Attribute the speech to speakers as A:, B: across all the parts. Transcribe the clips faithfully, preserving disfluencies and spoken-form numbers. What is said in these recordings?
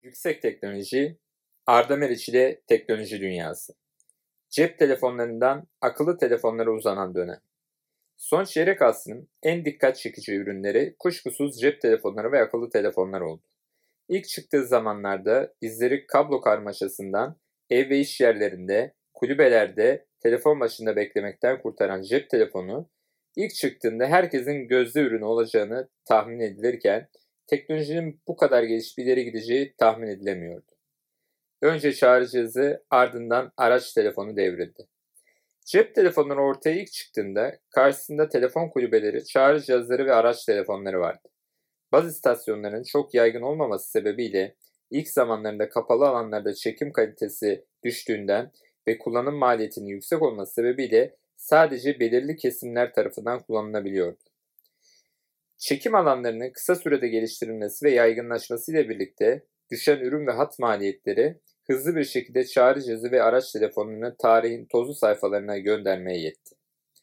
A: Yüksek teknoloji, Arda Meriç ile teknoloji dünyası. Cep telefonlarından akıllı telefonlara uzanan dönem. Son çeyrek asrın en dikkat çekici ürünleri kuşkusuz cep telefonları ve akıllı telefonlar oldu. İlk çıktığı zamanlarda bizleri kablo karmaşasından ev ve iş yerlerinde, kulübelerde telefon başında beklemekten kurtaran cep telefonu, ilk çıktığında herkesin gözde ürünü olacağını tahmin edilirken, teknolojinin bu kadar gelişip ileri gideceği tahmin edilemiyordu. Önce çağrı cihazı, ardından araç telefonu devrildi. Cep telefonları ortaya ilk çıktığında karşısında telefon kulübeleri, çağrı cihazları ve araç telefonları vardı. Baz istasyonlarının çok yaygın olmaması sebebiyle ilk zamanlarında kapalı alanlarda çekim kalitesi düştüğünden ve kullanım maliyetinin yüksek olması sebebiyle sadece belirli kesimler tarafından kullanılabiliyordu. Çekim alanlarının kısa sürede geliştirilmesi ve yaygınlaşması ile birlikte düşen ürün ve hat maliyetleri hızlı bir şekilde çağrı cihazı ve araç telefonunu tarihin tozlu sayfalarına göndermeye yetti.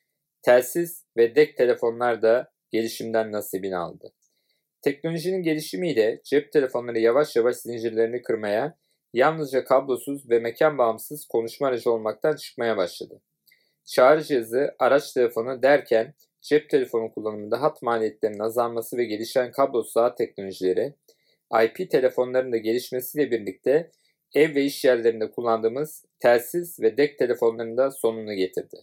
A: Telsiz ve dek telefonlar da gelişimden nasibini aldı. Teknolojinin gelişimiyle cep telefonları yavaş yavaş zincirlerini kırmaya, yalnızca kablosuz ve mekan bağımsız konuşma aracı olmaktan çıkmaya başladı. Çağrı cihazı, araç telefonu derken cep telefonu kullanımında hat maliyetlerinin azalması ve gelişen kablosuz ağ teknolojileri, I P telefonların da gelişmesiyle birlikte ev ve iş yerlerinde kullandığımız telsiz ve dek telefonların da sonunu getirdi.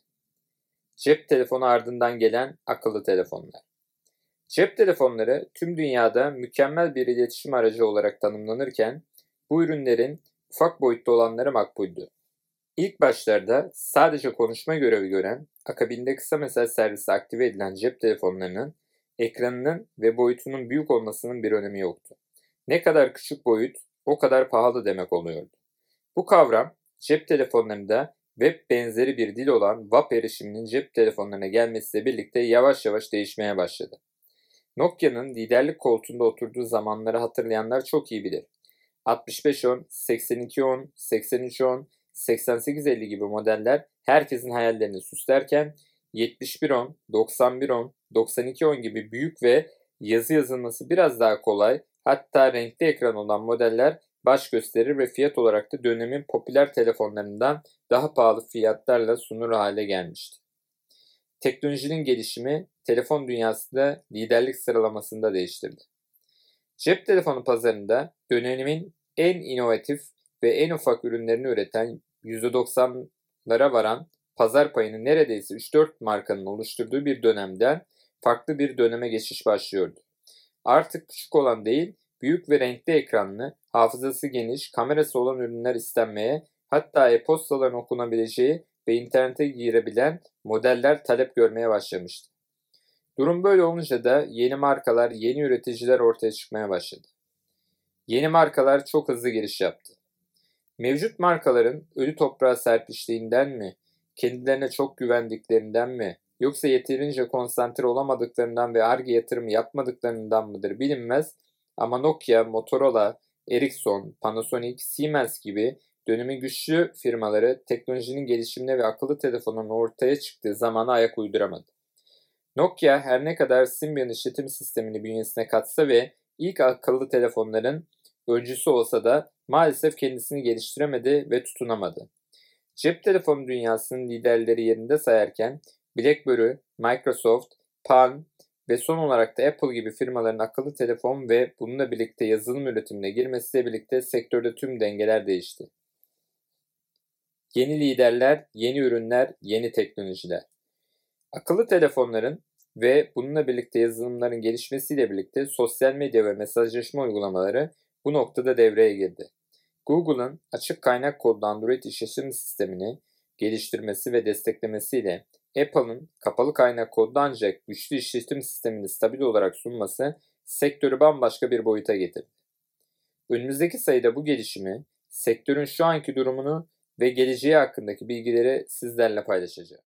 A: Cep telefonu ardından gelen akıllı telefonlar. Cep telefonları tüm dünyada mükemmel bir iletişim aracı olarak tanımlanırken bu ürünlerin ufak boyutta olanları makbuldü. İlk başlarda sadece konuşma görevi gören, akabinde kısa mesaj servisi aktive edilen cep telefonlarının ekranının ve boyutunun büyük olmasının bir önemi yoktu. Ne kadar küçük boyut, o kadar pahalı demek oluyordu. Bu kavram cep telefonlarında web benzeri bir dil olan W A P erişiminin cep telefonlarına gelmesiyle birlikte yavaş yavaş değişmeye başladı. Nokia'nın liderlik koltuğunda oturduğu zamanları hatırlayanlar çok iyi bilir. altmış beş on, seksen iki on, seksen üç on, seksen sekiz elli gibi modeller herkesin hayallerini süslerken yetmiş bir on, doksan bir on, doksan iki on gibi büyük ve yazı yazılması biraz daha kolay, hatta renkli ekran olan modeller baş gösterir ve fiyat olarak da dönemin popüler telefonlarından daha pahalı fiyatlarla sunulur hale gelmişti. Teknolojinin gelişimi telefon dünyasında liderlik sıralamasında değiştirdi. Cep telefonu pazarında dönemin en inovatif ve en ufak ürünlerini üreten yüzde doksanlara varan pazar payını neredeyse üç dört markanın oluşturduğu bir dönemden farklı bir döneme geçiş başlıyordu. Artık küçük olan değil, büyük ve renkli ekranlı, hafızası geniş, kamerası olan ürünler istenmeye, hatta e-postaların okunabileceği ve internete girebilen modeller talep görmeye başlamıştı. Durum böyle olunca da yeni markalar, yeni üreticiler ortaya çıkmaya başladı. Yeni markalar çok hızlı giriş yaptı. Mevcut markaların ölü toprağa serpiştiğinden mi, kendilerine çok güvendiklerinden mi, yoksa yeterince konsantre olamadıklarından ve Ar-Ge yatırımı yapmadıklarından mıdır bilinmez ama Nokia, Motorola, Ericsson, Panasonic, Siemens gibi dönemin güçlü firmaları teknolojinin gelişimine ve akıllı telefonun ortaya çıktığı zamana ayak uyduramadı. Nokia her ne kadar Symbian işletim sistemini bünyesine katsa ve ilk akıllı telefonların öncüsü olsa da maalesef kendisini geliştiremedi ve tutunamadı. Cep telefonu dünyasının liderleri yerinde sayarken BlackBerry, Microsoft, Palm ve son olarak da Apple gibi firmaların akıllı telefon ve bununla birlikte yazılım üretimine girmesiyle birlikte sektörde tüm dengeler değişti. Yeni liderler, yeni ürünler, yeni teknolojiler. Akıllı telefonların ve bununla birlikte yazılımların gelişmesiyle birlikte sosyal medya ve mesajlaşma uygulamaları bu noktada devreye girdi. Google'ın açık kaynak kodlu Android işletim sistemini geliştirmesi ve desteklemesiyle Apple'ın kapalı kaynak kodlu ancak güçlü işletim sistemini stabil olarak sunması sektörü bambaşka bir boyuta getirdi. Önümüzdeki sayıda bu gelişimi, sektörün şu anki durumunu ve geleceği hakkındaki bilgileri sizlerle paylaşacağım.